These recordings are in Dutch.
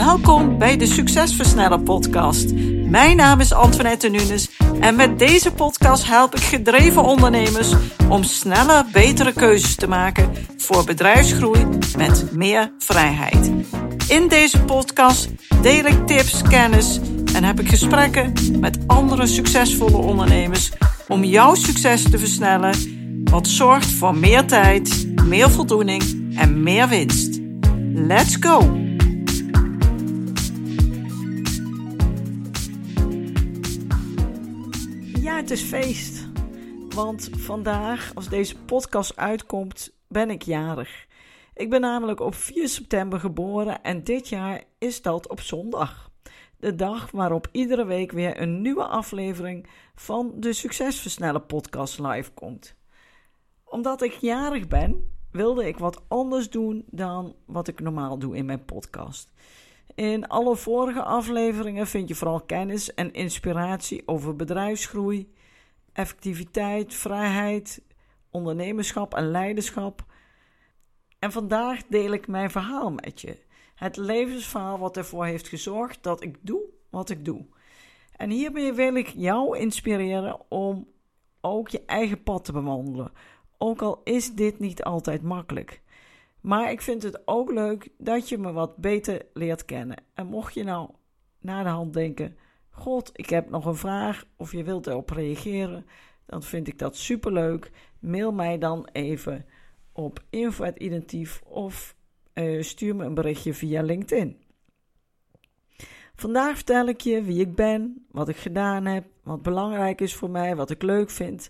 Welkom bij de Succesversneller podcast. Mijn naam is Antoinette Nunes en met deze podcast help ik gedreven ondernemers om snelle, betere keuzes te maken voor bedrijfsgroei met meer vrijheid. In deze podcast deel ik tips, kennis en heb ik gesprekken met andere succesvolle ondernemers om jouw succes te versnellen, wat zorgt voor meer tijd, meer voldoening en meer winst. Let's go! Ja, het is feest. Want vandaag, als deze podcast uitkomt, ben ik jarig. Ik ben namelijk op 4 september geboren en dit jaar is dat op zondag. De dag waarop iedere week weer een nieuwe aflevering van de Succesversneller podcast live komt. Omdat ik jarig ben, wilde ik wat anders doen dan wat ik normaal doe in mijn podcast. In alle vorige afleveringen vind je vooral kennis en inspiratie over bedrijfsgroei, effectiviteit, vrijheid, ondernemerschap en leiderschap. En vandaag deel ik mijn verhaal met je. Het levensverhaal wat ervoor heeft gezorgd dat ik doe wat ik doe. En hiermee wil ik jou inspireren om ook je eigen pad te bewandelen. Ook al is dit niet altijd makkelijk. Maar ik vind het ook leuk dat je me wat beter leert kennen. En mocht je nou na de hand denken, God, ik heb nog een vraag of je wilt erop reageren, dan vind ik dat superleuk. Mail mij dan even op info@identief of stuur me een berichtje via LinkedIn. Vandaag vertel ik je wie ik ben, wat ik gedaan heb, wat belangrijk is voor mij, wat ik leuk vind.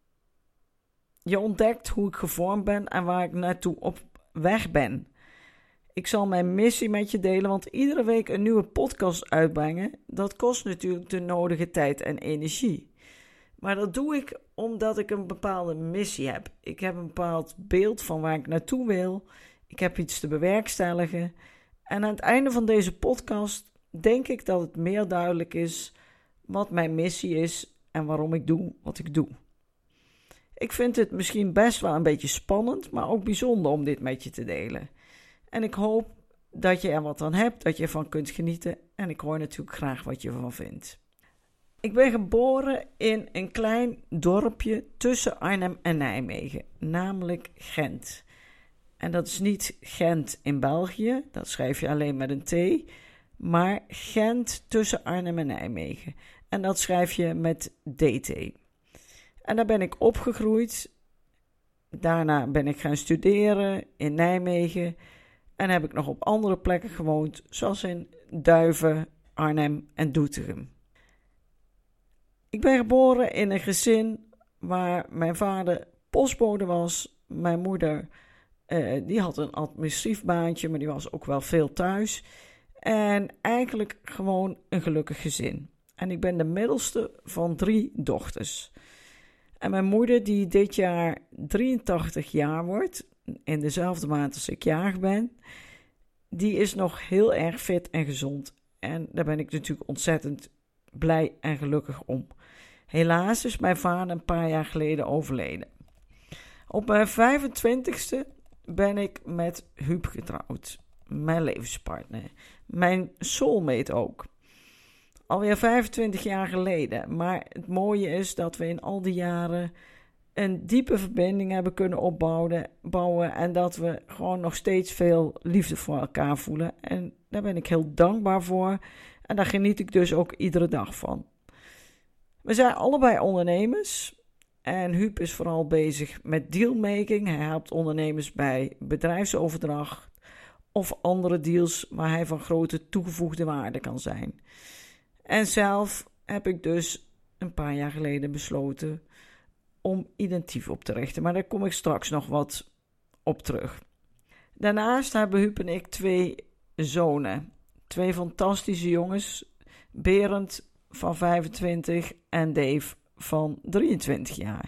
Je ontdekt hoe ik gevormd ben en waar ik naartoe op weg ben. Ik zal mijn missie met je delen, want iedere week een nieuwe podcast uitbrengen, dat kost natuurlijk de nodige tijd en energie. Maar dat doe ik omdat ik een bepaalde missie heb. Ik heb een bepaald beeld van waar ik naartoe wil. Ik heb iets te bewerkstelligen. En aan het einde van deze podcast denk ik dat het meer duidelijk is wat mijn missie is en waarom ik doe wat ik doe. Ik vind het misschien best wel een beetje spannend, maar ook bijzonder om dit met je te delen. En ik hoop dat je er wat aan hebt, dat je ervan kunt genieten. En ik hoor natuurlijk graag wat je ervan vindt. Ik ben geboren in een klein dorpje tussen Arnhem en Nijmegen, namelijk Gent. En dat is niet Gent in België, dat schrijf je alleen met een T, maar Gent tussen Arnhem en Nijmegen. En dat schrijf je met DT. En daar ben ik opgegroeid. Daarna ben ik gaan studeren in Nijmegen. En heb ik nog op andere plekken gewoond, zoals in Duiven, Arnhem en Doetinchem. Ik ben geboren in een gezin waar mijn vader postbode was. Mijn moeder die had een administratief baantje, maar die was ook wel veel thuis. En eigenlijk gewoon een gelukkig gezin. En ik ben de middelste van 3 dochters. En mijn moeder, die dit jaar 83 jaar wordt, in dezelfde maand als ik jarig ben, die is nog heel erg fit en gezond. En daar ben ik natuurlijk ontzettend blij en gelukkig om. Helaas is mijn vader een paar jaar geleden overleden. Op mijn 25ste ben ik met Huub getrouwd, mijn levenspartner, mijn soulmate ook. Alweer 25 jaar geleden, maar het mooie is dat we in al die jaren een diepe verbinding hebben kunnen opbouwen en dat we gewoon nog steeds veel liefde voor elkaar voelen. En daar ben ik heel dankbaar voor en daar geniet ik dus ook iedere dag van. We zijn allebei ondernemers en Huub is vooral bezig met dealmaking. Hij helpt ondernemers bij bedrijfsoverdracht of andere deals waar hij van grote toegevoegde waarde kan zijn. En zelf heb ik dus een paar jaar geleden besloten om Identief op te richten. Maar daar kom ik straks nog wat op terug. Daarnaast hebben Huub en ik 2 zonen. 2 fantastische jongens. Berend van 25 en Dave van 23 jaar.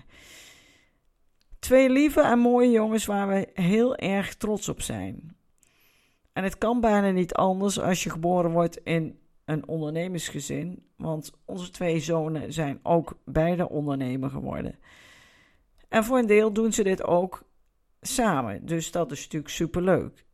2 lieve en mooie jongens waar we heel erg trots op zijn. En het kan bijna niet anders als je geboren wordt in een ondernemersgezin, want onze 2 zonen zijn ook beide ondernemer geworden. En voor een deel doen ze dit ook samen, dus dat is natuurlijk superleuk.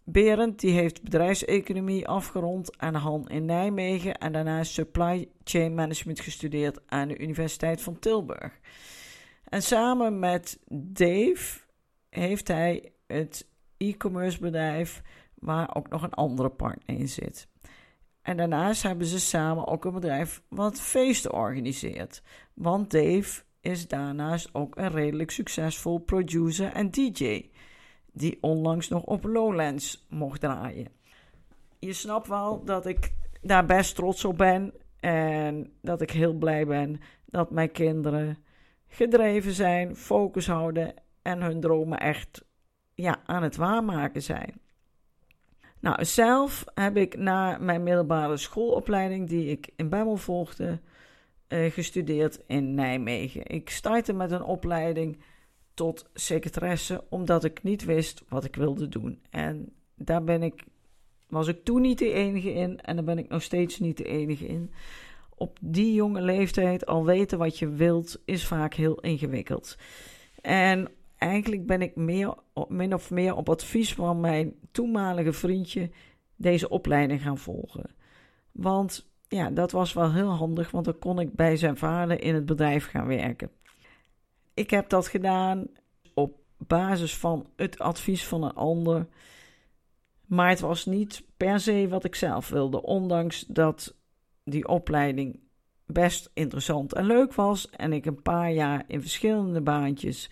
Berend die heeft bedrijfseconomie afgerond aan de Han in Nijmegen en daarna supply chain management gestudeerd aan de Universiteit van Tilburg. En samen met Dave heeft hij het e-commerce bedrijf waar ook nog een andere partner in zit. En daarnaast hebben ze samen ook een bedrijf wat feesten organiseert. Want Dave is daarnaast ook een redelijk succesvol producer en DJ, die onlangs nog op Lowlands mocht draaien. Je snapt wel dat ik daar best trots op ben en dat ik heel blij ben dat mijn kinderen gedreven zijn, focus houden en hun dromen echt aan het waarmaken zijn. Nou, zelf heb ik na mijn middelbare schoolopleiding die ik in Bemmel volgde, gestudeerd in Nijmegen. Ik startte met een opleiding tot secretaresse, omdat ik niet wist wat ik wilde doen. En daar was ik toen niet de enige in en daar ben ik nog steeds niet de enige in. Op die jonge leeftijd al weten wat je wilt is vaak heel ingewikkeld. En eigenlijk ben ik min of meer op advies van mijn toenmalige vriendje deze opleiding gaan volgen. Want dat was wel heel handig, want dan kon ik bij zijn vader in het bedrijf gaan werken. Ik heb dat gedaan op basis van het advies van een ander. Maar het was niet per se wat ik zelf wilde. Ondanks dat die opleiding best interessant en leuk was. En ik een paar jaar in verschillende baantjes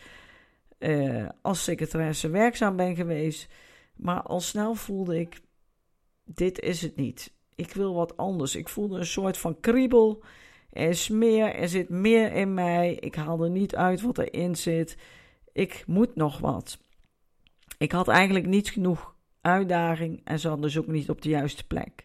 als secretaresse werkzaam ben geweest. Maar al snel voelde ik, dit is het niet. Ik wil wat anders. Ik voelde een soort van kriebel. Er zit meer in mij. Ik haal er niet uit wat erin zit. Ik moet nog wat. Ik had eigenlijk niet genoeg uitdaging en zat dus ook niet op de juiste plek.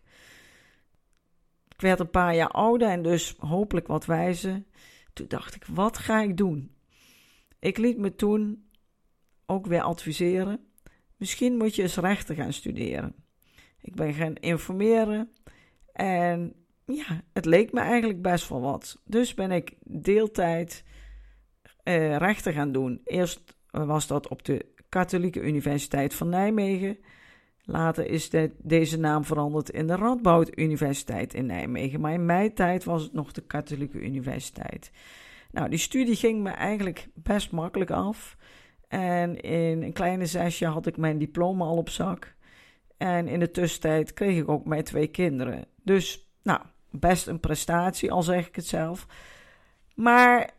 Ik werd een paar jaar ouder en dus hopelijk wat wijzer. Toen dacht ik, wat ga ik doen? Ik liet me toen ook weer adviseren. Misschien moet je eens rechten gaan studeren. Ik ben gaan informeren en het leek me eigenlijk best wel wat. Dus ben ik deeltijd rechten gaan doen. Eerst was dat op de Katholieke Universiteit van Nijmegen. Later is deze naam veranderd in de Radboud Universiteit in Nijmegen. Maar in mijn tijd was het nog de Katholieke Universiteit. Nou, die studie ging me eigenlijk best makkelijk af. En in een kleine 6 jaar had ik mijn diploma al op zak. En in de tussentijd kreeg ik ook mijn 2 kinderen. Dus, best een prestatie, al zeg ik het zelf. Maar,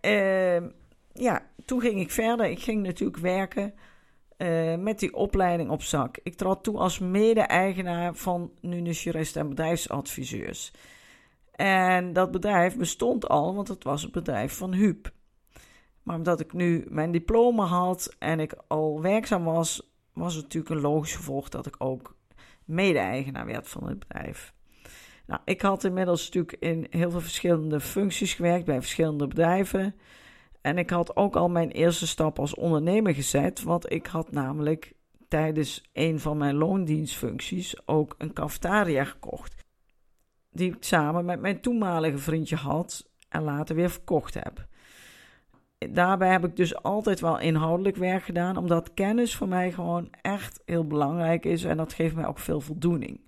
toen ging ik verder. Ik ging natuurlijk werken met die opleiding op zak. Ik trad toe als mede-eigenaar van Nunes Juristen en Bedrijfsadviseurs. En dat bedrijf bestond al, want het was het bedrijf van Huub. Maar omdat ik nu mijn diploma had en ik al werkzaam was, was het natuurlijk een logisch gevolg dat ik ook mede-eigenaar werd van het bedrijf. Nou, ik had inmiddels natuurlijk in heel veel verschillende functies gewerkt bij verschillende bedrijven. En ik had ook al mijn eerste stap als ondernemer gezet, want ik had namelijk tijdens een van mijn loondienstfuncties ook een cafetaria gekocht. Die ik samen met mijn toenmalige vriendje had en later weer verkocht heb. Daarbij heb ik dus altijd wel inhoudelijk werk gedaan, omdat kennis voor mij gewoon echt heel belangrijk is en dat geeft mij ook veel voldoening.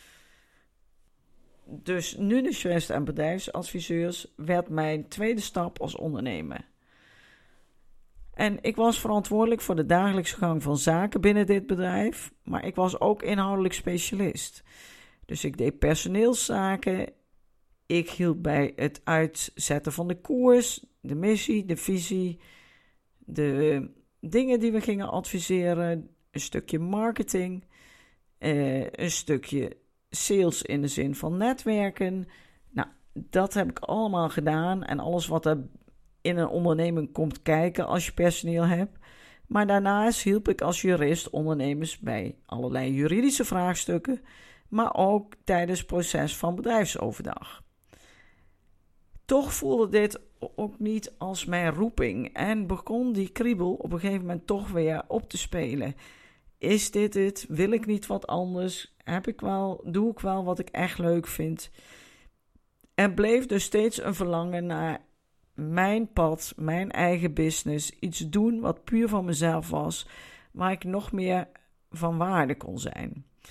Dus Nunes Juristen en Bedrijfsadviseurs werd mijn tweede stap als ondernemer. En ik was verantwoordelijk voor de dagelijkse gang van zaken binnen dit bedrijf, maar ik was ook inhoudelijk specialist. Dus ik deed personeelszaken, ik hielp bij het uitzetten van de koers, de missie, de visie, de dingen die we gingen adviseren, een stukje marketing, een stukje sales in de zin van netwerken. Nou, dat heb ik allemaal gedaan en alles wat er in een onderneming komt kijken als je personeel hebt. Maar daarnaast hielp ik als jurist ondernemers bij allerlei juridische vraagstukken, maar ook tijdens het proces van bedrijfsoverdag. Toch voelde dit ook niet als mijn roeping en begon die kriebel op een gegeven moment toch weer op te spelen. Is dit het? Wil ik niet wat anders? Doe ik wel wat ik echt leuk vind? Er bleef dus steeds een verlangen naar mijn pad, mijn eigen business, iets doen wat puur van mezelf was, waar ik nog meer van waarde kon zijn.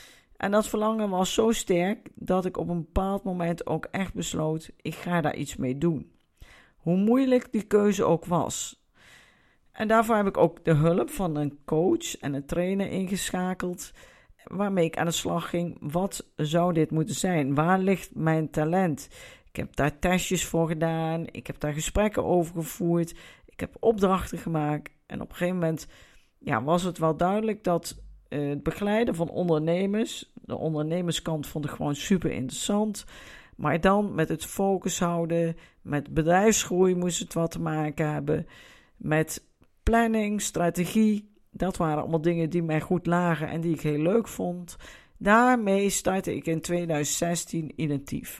En dat verlangen was zo sterk dat ik op een bepaald moment ook echt besloot, ik ga daar iets mee doen. Hoe moeilijk die keuze ook was. En daarvoor heb ik ook de hulp van een coach en een trainer ingeschakeld, waarmee ik aan de slag ging. Wat zou dit moeten zijn? Waar ligt mijn talent? Ik heb daar testjes voor gedaan. Ik heb daar gesprekken over gevoerd. Ik heb opdrachten gemaakt. En op een gegeven moment was het wel duidelijk dat het begeleiden van ondernemers, de ondernemerskant vond ik gewoon super interessant. Maar dan met het focus houden, met bedrijfsgroei moest het wat te maken hebben. Met planning, strategie, dat waren allemaal dingen die mij goed lagen en die ik heel leuk vond. Daarmee startte ik in 2016 Identief.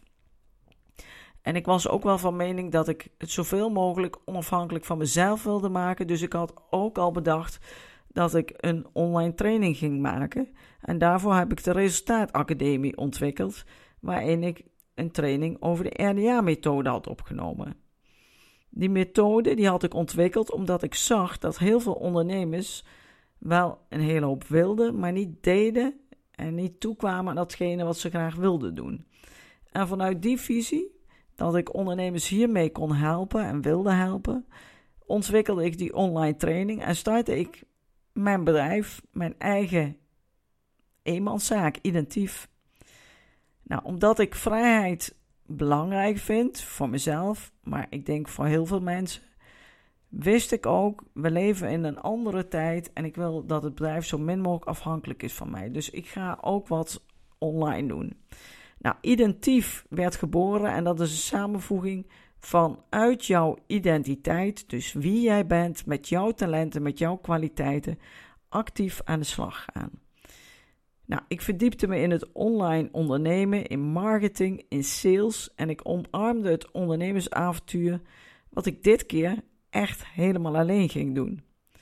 En ik was ook wel van mening dat ik het zoveel mogelijk onafhankelijk van mezelf wilde maken. Dus ik had ook al bedacht dat ik een online training ging maken. En daarvoor heb ik de Resultaatacademie ontwikkeld, waarin ik een training over de RDA-methode had opgenomen. Die methode die had ik ontwikkeld omdat ik zag dat heel veel ondernemers wel een hele hoop wilden, maar niet deden en niet toekwamen aan datgene wat ze graag wilden doen. En vanuit die visie, dat ik ondernemers hiermee kon helpen en wilde helpen, ontwikkelde ik die online training en startte ik mijn bedrijf, mijn eigen eenmanszaak, Identief. Nou, omdat ik vrijheid belangrijk vind voor mezelf, maar ik denk voor heel veel mensen, wist ik ook, we leven in een andere tijd en ik wil dat het bedrijf zo min mogelijk afhankelijk is van mij. Dus ik ga ook wat online doen. Nou, Identief werd geboren en dat is een samenvoeging vanuit jouw identiteit, dus wie jij bent, met jouw talenten, met jouw kwaliteiten, actief aan de slag gaan. Nou, ik verdiepte me in het online ondernemen, in marketing, in sales en ik omarmde het ondernemersavontuur, wat ik dit keer echt helemaal alleen ging doen.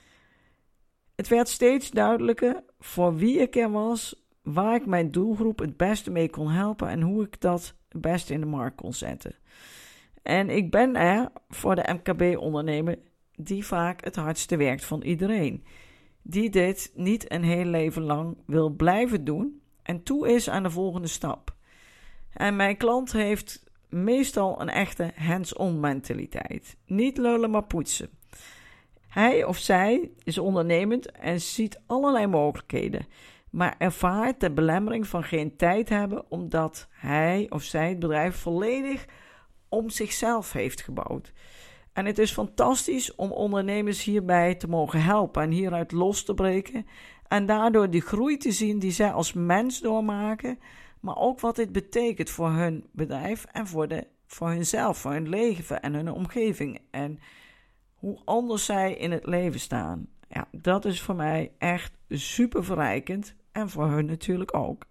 Het werd steeds duidelijker voor wie ik er was, waar ik mijn doelgroep het beste mee kon helpen en hoe ik dat het beste in de markt kon zetten. En ik ben er voor de MKB-ondernemer die vaak het hardste werkt van iedereen. Die dit niet een heel leven lang wil blijven doen en toe is aan de volgende stap. En mijn klant heeft meestal een echte hands-on mentaliteit. Niet lullen, maar poetsen. Hij of zij is ondernemend en ziet allerlei mogelijkheden, maar ervaart de belemmering van geen tijd hebben omdat hij of zij het bedrijf volledig om zichzelf heeft gebouwd. En het is fantastisch om ondernemers hierbij te mogen helpen en hieruit los te breken en daardoor die groei te zien die zij als mens doormaken, maar ook wat dit betekent voor hun bedrijf en voor hunzelf, voor hun leven en hun omgeving en hoe anders zij in het leven staan. Ja, dat is voor mij echt super verrijkend en voor hun natuurlijk ook.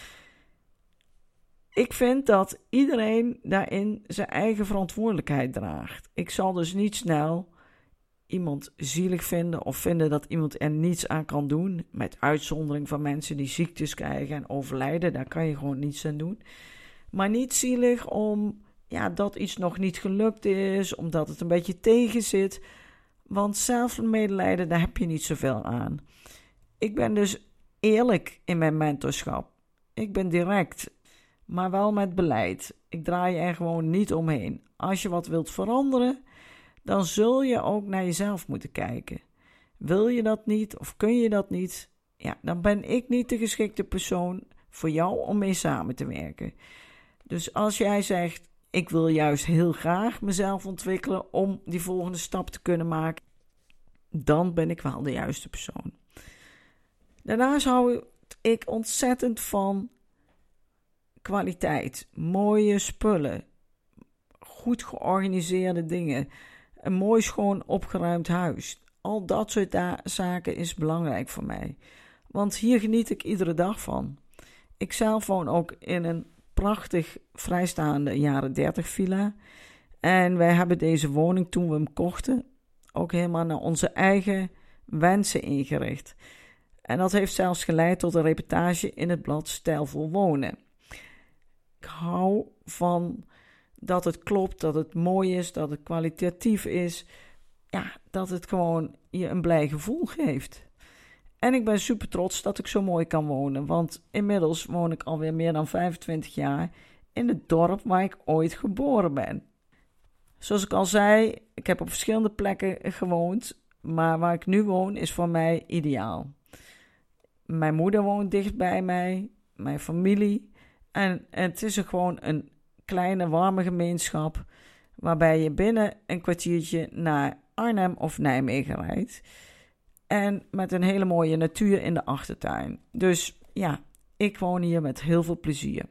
Ik vind dat iedereen daarin zijn eigen verantwoordelijkheid draagt. Ik zal dus niet snel iemand zielig vinden of vinden dat iemand er niets aan kan doen. Met uitzondering van mensen die ziektes krijgen en overlijden, daar kan je gewoon niets aan doen. Maar niet zielig dat iets nog niet gelukt is, omdat het een beetje tegen zit. Want zelfmedelijden, daar heb je niet zoveel aan. Ik ben dus eerlijk in mijn mentorschap. Ik ben direct, maar wel met beleid. Ik draai er gewoon niet omheen. Als je wat wilt veranderen, dan zul je ook naar jezelf moeten kijken. Wil je dat niet of kun je dat niet? Ja, dan ben ik niet de geschikte persoon voor jou om mee samen te werken. Dus als jij zegt, ik wil juist heel graag mezelf ontwikkelen om die volgende stap te kunnen maken, dan ben ik wel de juiste persoon. Daarnaast hou ik ontzettend van kwaliteit, mooie spullen, goed georganiseerde dingen, een mooi schoon opgeruimd huis. Al dat soort zaken is belangrijk voor mij, want hier geniet ik iedere dag van. Ik zelf woon ook in een prachtig vrijstaande jaren 30 villa en wij hebben deze woning toen we hem kochten ook helemaal naar onze eigen wensen ingericht. En dat heeft zelfs geleid tot een reportage in het blad Stijlvol Wonen. Ik hou van dat het klopt, dat het mooi is, dat het kwalitatief is. Ja, dat het gewoon je een blij gevoel geeft. En ik ben super trots dat ik zo mooi kan wonen, want inmiddels woon ik alweer meer dan 25 jaar in het dorp waar ik ooit geboren ben. Zoals ik al zei, ik heb op verschillende plekken gewoond, maar waar ik nu woon is voor mij ideaal. Mijn moeder woont dicht bij mij, mijn familie, en het is gewoon een kleine warme gemeenschap waarbij je binnen een kwartiertje naar Arnhem of Nijmegen rijdt. En met een hele mooie natuur in de achtertuin. Dus ja, ik woon hier met heel veel plezier.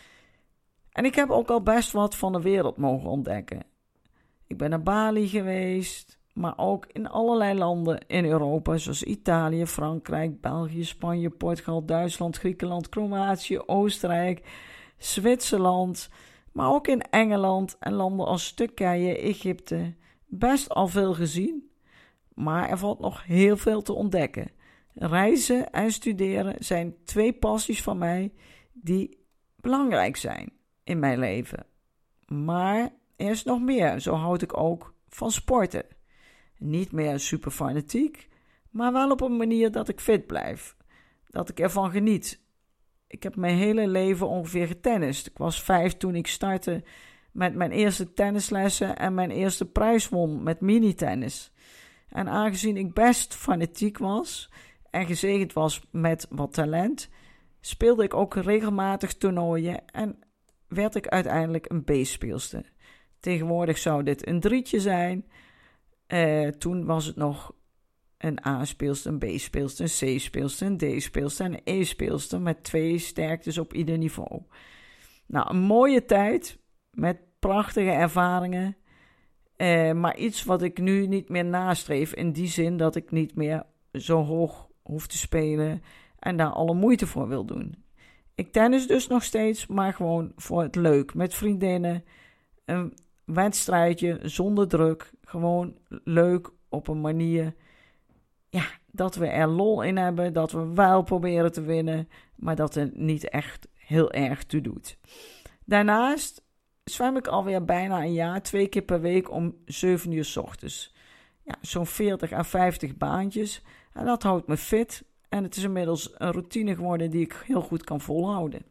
En ik heb ook al best wat van de wereld mogen ontdekken. Ik ben naar Bali geweest, maar ook in allerlei landen in Europa, zoals Italië, Frankrijk, België, Spanje, Portugal, Duitsland, Griekenland, Kroatië, Oostenrijk, Zwitserland, maar ook in Engeland en landen als Turkije, Egypte. Best al veel gezien. Maar er valt nog heel veel te ontdekken. Reizen en studeren zijn 2 passies van mij die belangrijk zijn in mijn leven. Maar er is nog meer. Zo houd ik ook van sporten. Niet meer super fanatiek, maar wel op een manier dat ik fit blijf. Dat ik ervan geniet. Ik heb mijn hele leven ongeveer getennist. Ik was 5 toen ik startte met mijn eerste tennislessen en mijn eerste prijs won met minitennis. En aangezien ik best fanatiek was en gezegend was met wat talent, speelde ik ook regelmatig toernooien en werd ik uiteindelijk een B-speelster. Tegenwoordig zou dit een 3'tje zijn. Toen was het nog een A-speelster, een B-speelster, een C-speelster, een D-speelster en een E-speelster met 2 sterktes op ieder niveau. Nou, een mooie tijd met prachtige ervaringen. Maar iets wat ik nu niet meer nastreef in die zin dat ik niet meer zo hoog hoef te spelen en daar alle moeite voor wil doen. Ik tennis dus nog steeds, maar gewoon voor het leuk. Met vriendinnen, een wedstrijdje zonder druk. Gewoon leuk op een manier, ja, dat we er lol in hebben, dat we wel proberen te winnen, maar dat het niet echt heel erg toe doet. Daarnaast zwem ik alweer bijna een jaar, 2 keer per week om 7 uur 's ochtends. Ja, zo'n 40 à 50 baantjes. En dat houdt me fit. En het is inmiddels een routine geworden die ik heel goed kan volhouden.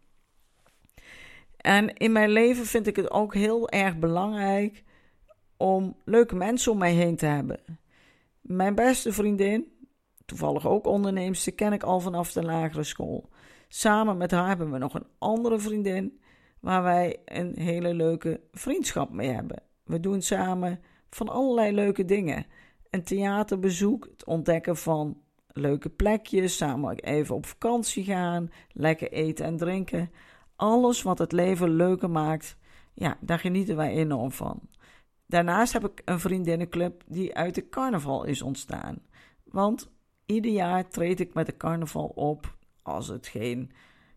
En in mijn leven vind ik het ook heel erg belangrijk om leuke mensen om mij heen te hebben. Mijn beste vriendin, toevallig ook onderneemster, ken ik al vanaf de lagere school. Samen met haar hebben we nog een andere vriendin waar wij een hele leuke vriendschap mee hebben. We doen samen van allerlei leuke dingen. Een theaterbezoek, het ontdekken van leuke plekjes, samen even op vakantie gaan, lekker eten en drinken. Alles wat het leven leuker maakt, ja, daar genieten wij enorm van. Daarnaast heb ik een vriendinnenclub die uit de carnaval is ontstaan. Want ieder jaar treed ik met de carnaval op, als het geen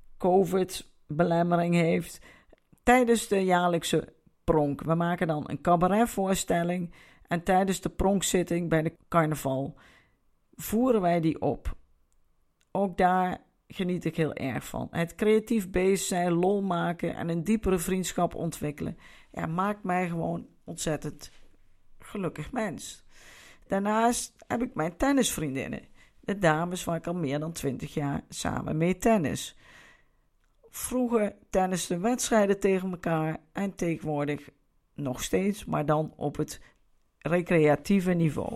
COVID-belemmering heeft, tijdens de jaarlijkse pronk. We maken dan een cabaretvoorstelling en tijdens de pronkzitting bij de carnaval voeren wij die op. Ook daar geniet ik heel erg van. Het creatief bezig zijn, lol maken en een diepere vriendschap ontwikkelen, ja, maakt mij gewoon ontzettend gelukkig mens. Daarnaast heb ik mijn tennisvriendinnen, de dames waar ik al meer dan 20 jaar samen mee tennis. Vroeger tennisten wedstrijden tegen elkaar en tegenwoordig nog steeds, maar dan op het recreatieve niveau.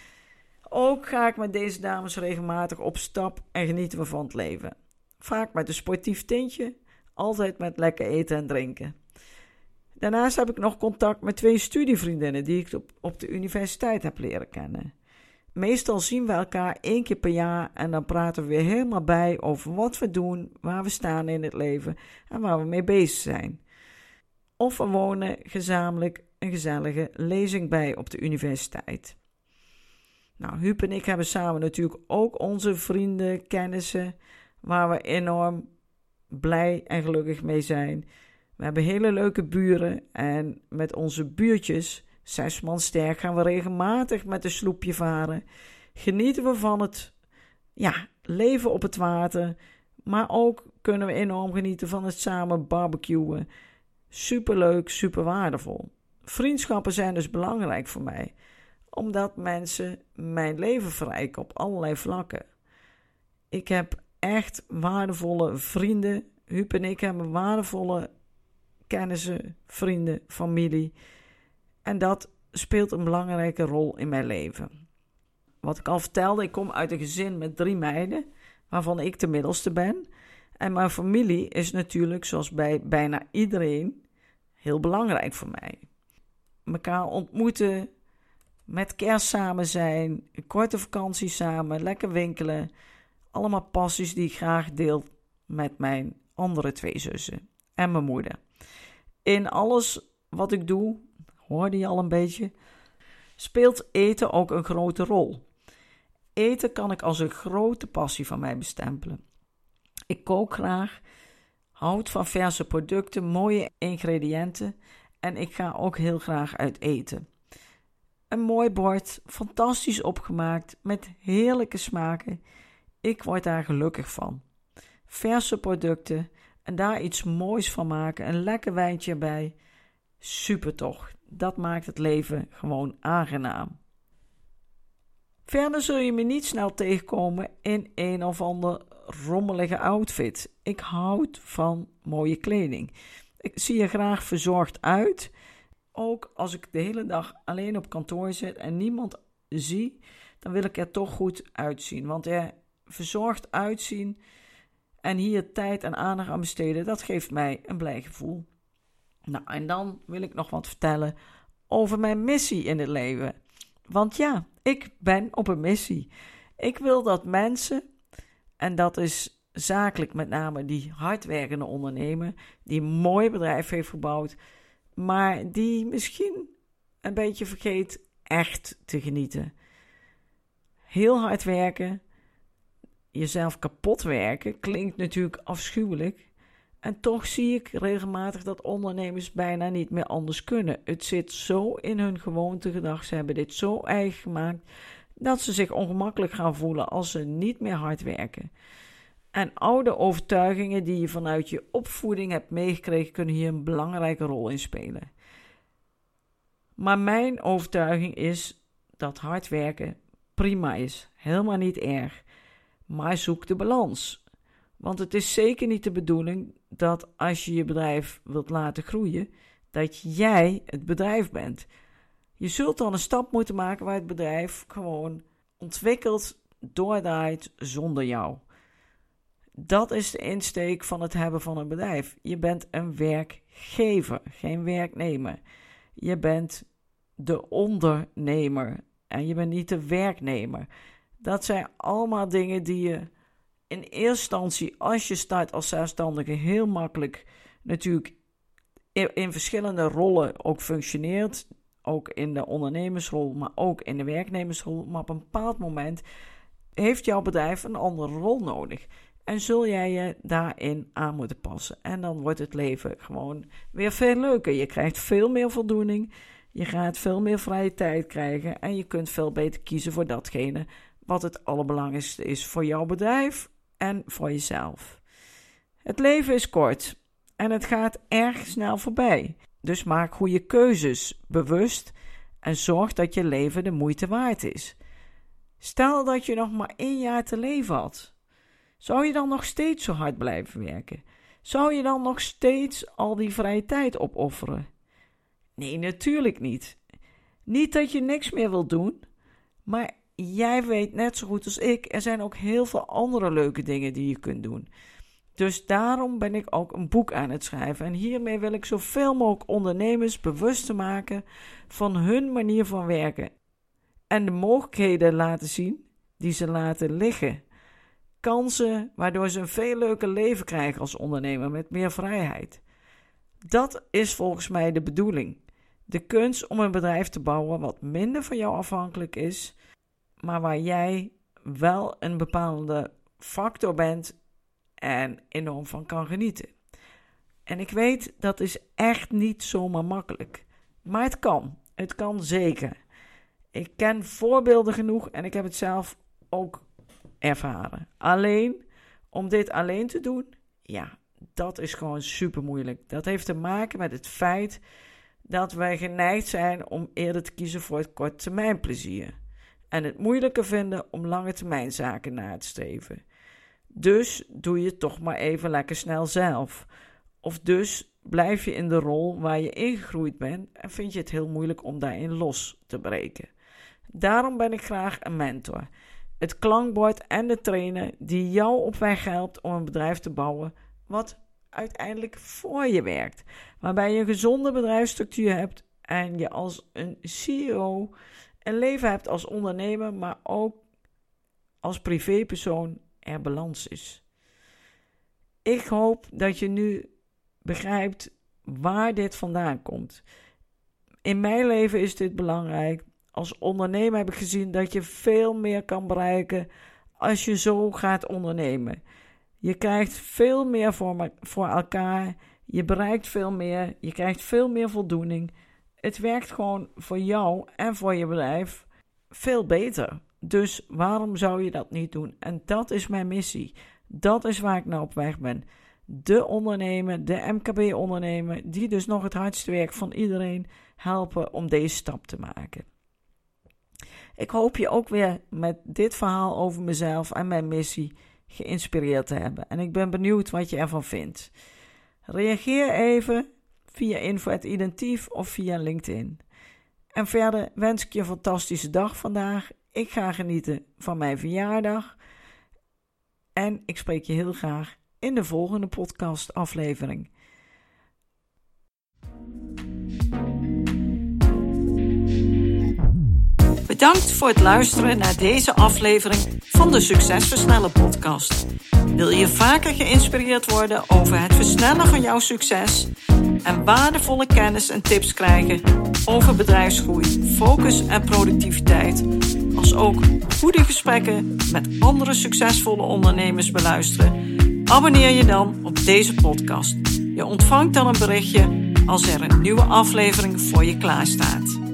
Ook ga ik met deze dames regelmatig op stap en genieten we van het leven. Vaak met een sportief tintje, altijd met lekker eten en drinken. Daarnaast heb ik nog contact met 2 studievriendinnen die ik op de universiteit heb leren kennen. Meestal zien we elkaar 1 keer per jaar en dan praten we weer helemaal bij over wat we doen, waar we staan in het leven en waar we mee bezig zijn. Of we wonen gezamenlijk een gezellige lezing bij op de universiteit. Nou, Huub en ik hebben samen natuurlijk ook onze vrienden, kennissen, waar we enorm blij en gelukkig mee zijn. We hebben hele leuke buren en met onze buurtjes, 6 man sterk, gaan we regelmatig met een sloepje varen. Genieten we van het leven op het water, maar ook kunnen we enorm genieten van het samen barbecuen. Superleuk, super waardevol. Vriendschappen zijn dus belangrijk voor mij, omdat mensen mijn leven verrijken op allerlei vlakken. Ik heb echt waardevolle vrienden. Huub en ik hebben waardevolle kennissen, vrienden, familie. En dat speelt een belangrijke rol in mijn leven. Wat ik al vertelde, ik kom uit een gezin met 3 meiden, waarvan ik de middelste ben. En mijn familie is natuurlijk, zoals bij bijna iedereen, heel belangrijk voor mij. Mekaar ontmoeten, met kerst samen zijn, een korte vakantie samen, lekker winkelen. Allemaal passies die ik graag deel met mijn andere 2 zussen en mijn moeder. In alles wat ik doe, hoorde je al een beetje, speelt eten ook een grote rol. Eten kan ik als een grote passie van mij bestempelen. Ik kook graag, houd van verse producten, mooie ingrediënten en ik ga ook heel graag uit eten. Een mooi bord, fantastisch opgemaakt, met heerlijke smaken. Ik word daar gelukkig van. Verse producten en daar iets moois van maken, een lekker wijntje erbij. Super toch, dat maakt het leven gewoon aangenaam. Verder zul je me niet snel tegenkomen in een of ander rommelige outfit. Ik houd van mooie kleding. Ik zie er graag verzorgd uit. Ook als ik de hele dag alleen op kantoor zit en niemand zie, dan wil ik er toch goed uitzien. Want er verzorgd uitzien en hier tijd en aandacht aan besteden, dat geeft mij een blij gevoel. Nou, en dan wil ik nog wat vertellen over mijn missie in het leven. Want ja, ik ben op een missie. Ik wil dat mensen, en dat is zakelijk met name die hardwerkende ondernemer, die een mooi bedrijf heeft gebouwd, maar die misschien een beetje vergeet echt te genieten. Heel hard werken, jezelf kapot werken, klinkt natuurlijk afschuwelijk. En toch zie ik regelmatig dat ondernemers bijna niet meer anders kunnen. Het zit zo in hun gewoontegedrag, ze hebben dit zo eigen gemaakt, dat ze zich ongemakkelijk gaan voelen als ze niet meer hard werken. En oude overtuigingen die je vanuit je opvoeding hebt meegekregen, kunnen hier een belangrijke rol in spelen. Maar mijn overtuiging is dat hard werken prima is, helemaal niet erg. Maar zoek de balans. Want het is zeker niet de bedoeling dat als je je bedrijf wilt laten groeien, dat jij het bedrijf bent. Je zult dan een stap moeten maken waar het bedrijf gewoon ontwikkelt, doordraait zonder jou. Dat is de insteek van het hebben van een bedrijf. Je bent een werkgever, geen werknemer. Je bent de ondernemer en je bent niet de werknemer. Dat zijn allemaal dingen die je in eerste instantie, als je start als zelfstandige, heel makkelijk natuurlijk in verschillende rollen ook functioneert. Ook in de ondernemersrol, maar ook in de werknemersrol. Maar op een bepaald moment heeft jouw bedrijf een andere rol nodig. En zul jij je daarin aan moeten passen. En dan wordt het leven gewoon weer veel leuker. Je krijgt veel meer voldoening. Je gaat veel meer vrije tijd krijgen. En je kunt veel beter kiezen voor datgene wat het allerbelangrijkste is voor jouw bedrijf en voor jezelf. Het leven is kort en het gaat erg snel voorbij. Dus maak goede keuzes, bewust, en zorg dat je leven de moeite waard is. Stel dat je nog maar 1 jaar te leven had. Zou je dan nog steeds zo hard blijven werken? Zou je dan nog steeds al die vrije tijd opofferen? Nee, natuurlijk niet. Niet dat je niks meer wilt doen, maar jij weet net zo goed als ik, er zijn ook heel veel andere leuke dingen die je kunt doen. Dus daarom ben ik ook een boek aan het schrijven. En hiermee wil ik zoveel mogelijk ondernemers bewust te maken van hun manier van werken. En de mogelijkheden laten zien die ze laten liggen. Kansen waardoor ze een veel leuker leven krijgen als ondernemer met meer vrijheid. Dat is volgens mij de bedoeling. De kunst om een bedrijf te bouwen wat minder van jou afhankelijk is, maar waar jij wel een bepaalde factor bent en enorm van kan genieten. En ik weet, dat is echt niet zomaar makkelijk. Maar het kan. Het kan zeker. Ik ken voorbeelden genoeg en ik heb het zelf ook ervaren. Alleen, om dit alleen te doen, ja, dat is gewoon super moeilijk. Dat heeft te maken met het feit dat wij geneigd zijn om eerder te kiezen voor het korttermijnplezier. En het moeilijker vinden om lange termijn zaken na te streven. Dus doe je toch maar even lekker snel zelf. Of dus blijf je in de rol waar je ingegroeid bent en vind je het heel moeilijk om daarin los te breken. Daarom ben ik graag een mentor. Het klankbord en de trainer die jou op weg helpt om een bedrijf te bouwen wat uiteindelijk voor je werkt. Waarbij je een gezonde bedrijfsstructuur hebt en je als een CEO een leven hebt als ondernemer, maar ook als privépersoon er balans is. Ik hoop dat je nu begrijpt waar dit vandaan komt. In mijn leven is dit belangrijk. Als ondernemer heb ik gezien dat je veel meer kan bereiken als je zo gaat ondernemen. Je krijgt veel meer voor elkaar. Je bereikt veel meer. Je krijgt veel meer voldoening. Het werkt gewoon voor jou en voor je bedrijf veel beter. Dus waarom zou je dat niet doen? En dat is mijn missie. Dat is waar ik nou op weg ben. De ondernemer, de MKB-ondernemer, die dus nog het hardste werk van iedereen helpen om deze stap te maken. Ik hoop je ook weer met dit verhaal over mezelf en mijn missie geïnspireerd te hebben. En ik ben benieuwd wat je ervan vindt. Reageer even via info@identief of via LinkedIn. En verder wens ik je een fantastische dag vandaag. Ik ga genieten van mijn verjaardag. En ik spreek je heel graag in de volgende podcastaflevering. Bedankt voor het luisteren naar deze aflevering van de Succes Versnellen podcast. Wil je vaker geïnspireerd worden over het versnellen van jouw succes en waardevolle kennis en tips krijgen over bedrijfsgroei, focus en productiviteit, als ook goede gesprekken met andere succesvolle ondernemers beluisteren? Abonneer je dan op deze podcast. Je ontvangt dan een berichtje als er een nieuwe aflevering voor je klaar staat.